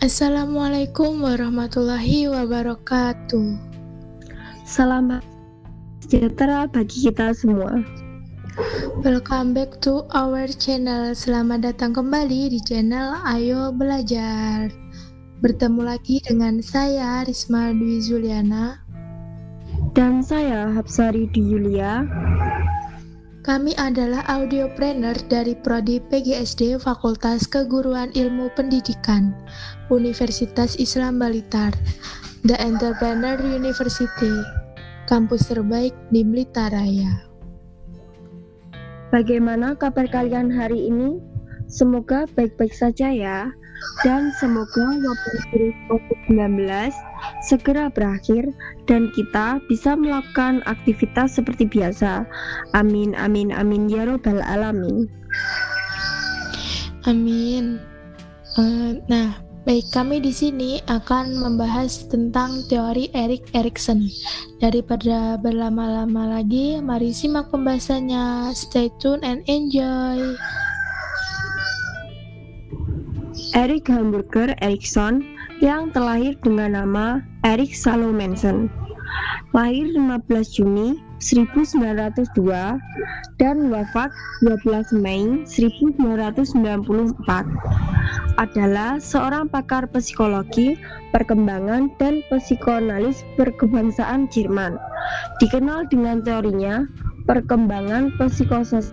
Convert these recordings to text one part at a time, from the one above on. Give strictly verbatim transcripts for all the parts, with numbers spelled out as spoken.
Assalamualaikum warahmatullahi wabarakatuh. Salam sejahtera bagi kita semua. Welcome back to our channel. Selamat datang kembali di channel Ayo Belajar. Bertemu lagi dengan saya Risma Dwi Zuliana dan saya Hapsari Dwi Yulia. Kami adalah audiopreneur dari Prodi P G S D Fakultas Keguruan Ilmu Pendidikan Universitas Islam Blitar, The Entrepreneur University, kampus terbaik di Blitar Raya. Bagaimana kabar kalian hari ini? Semoga baik-baik saja ya. Dan semoga wabah virus covid sembilan belas segera berakhir dan kita bisa melakukan aktivitas seperti biasa. Amin, amin, amin ya robbal alamin. Amin. Uh, nah, baik, kami di sini akan membahas tentang teori Erik Erikson. Daripada berlama-lama lagi, mari simak pembahasannya. Stay tune and enjoy. Erik Hamburger Erikson yang terlahir dengan nama Erik Salomonsen, lahir lima belas Juni seribu sembilan ratus dua dan wafat dua belas Mei seribu sembilan ratus sembilan puluh empat, adalah seorang pakar psikologi, perkembangan, dan psikoanalis berkebangsaan Jerman. Dikenal dengan teorinya perkembangan psikososial.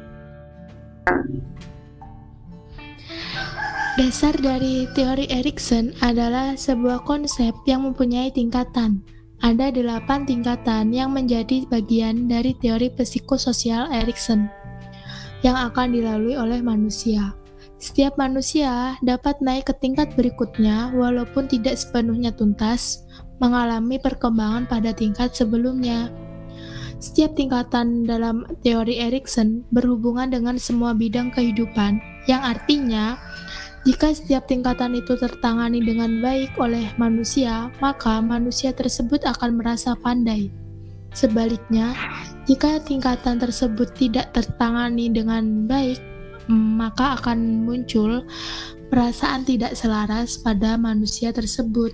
Dasar dari teori Erikson adalah sebuah konsep yang mempunyai tingkatan. Ada delapan tingkatan yang menjadi bagian dari teori psikososial Erikson yang akan dilalui oleh manusia. Setiap manusia dapat naik ke tingkat berikutnya walaupun tidak sepenuhnya tuntas mengalami perkembangan pada tingkat sebelumnya. Setiap tingkatan dalam teori Erikson berhubungan dengan semua bidang kehidupan, yang artinya jika setiap tingkatan itu tertangani dengan baik oleh manusia, maka manusia tersebut akan merasa pandai. Sebaliknya, jika tingkatan tersebut tidak tertangani dengan baik, maka akan muncul perasaan tidak selaras pada manusia tersebut.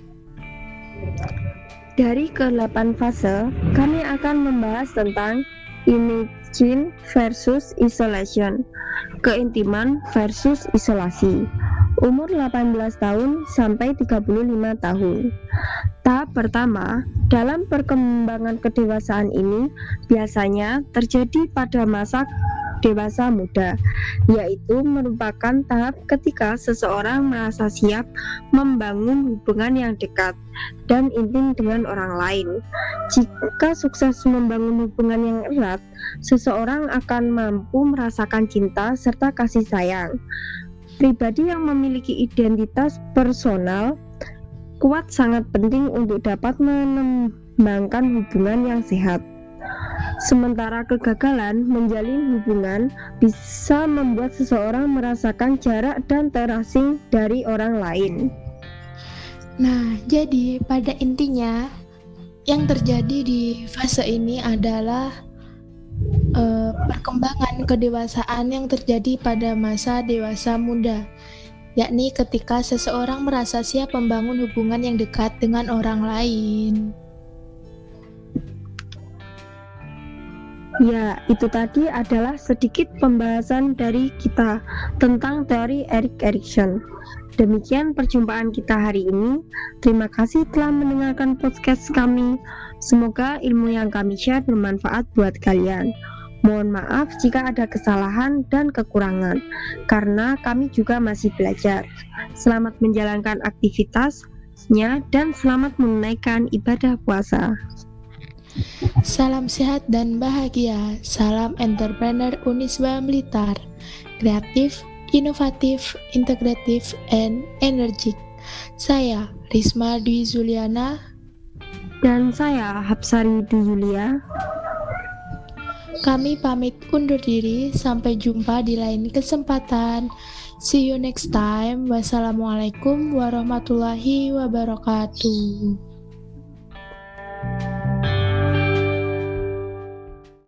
Dari kedelapan fase, kami akan membahas tentang imagine versus isolation, keintiman versus isolasi, umur delapan belas tahun sampai tiga puluh lima tahun. Tahap pertama, dalam perkembangan kedewasaan ini biasanya terjadi pada masa dewasa muda, yaitu merupakan tahap ketika seseorang merasa siap membangun hubungan yang dekat dan intim dengan orang lain. Jika sukses membangun hubungan yang erat, seseorang akan mampu merasakan cinta serta kasih sayang. Pribadi yang memiliki identitas personal kuat sangat penting untuk dapat mengembangkan hubungan yang sehat. Sementara kegagalan menjalin hubungan bisa membuat seseorang merasakan jarak dan terasing dari orang lain. Nah, jadi pada intinya yang terjadi di fase ini adalah uh, perkembangan kedewasaan yang terjadi pada masa dewasa muda, yakni ketika seseorang merasa siap membangun hubungan yang dekat dengan orang lain. Ya, itu tadi adalah sedikit pembahasan dari kita tentang teori Erik Erikson. Demikian perjumpaan kita hari ini. Terima kasih telah mendengarkan podcast kami. Semoga ilmu yang kami share bermanfaat buat kalian. Mohon maaf jika ada kesalahan dan kekurangan, karena kami juga masih belajar. Selamat menjalankan aktivitasnya dan selamat menunaikan ibadah puasa. Salam sehat dan bahagia. Salam entrepreneur Unisba Blitar. Kreatif, inovatif, integratif, and energik. Saya Risma Dwi Zuliana dan saya Hapsari Dwi Yulia. Kami pamit undur diri. Sampai jumpa di lain kesempatan. See you next time. Wassalamualaikum warahmatullahi wabarakatuh.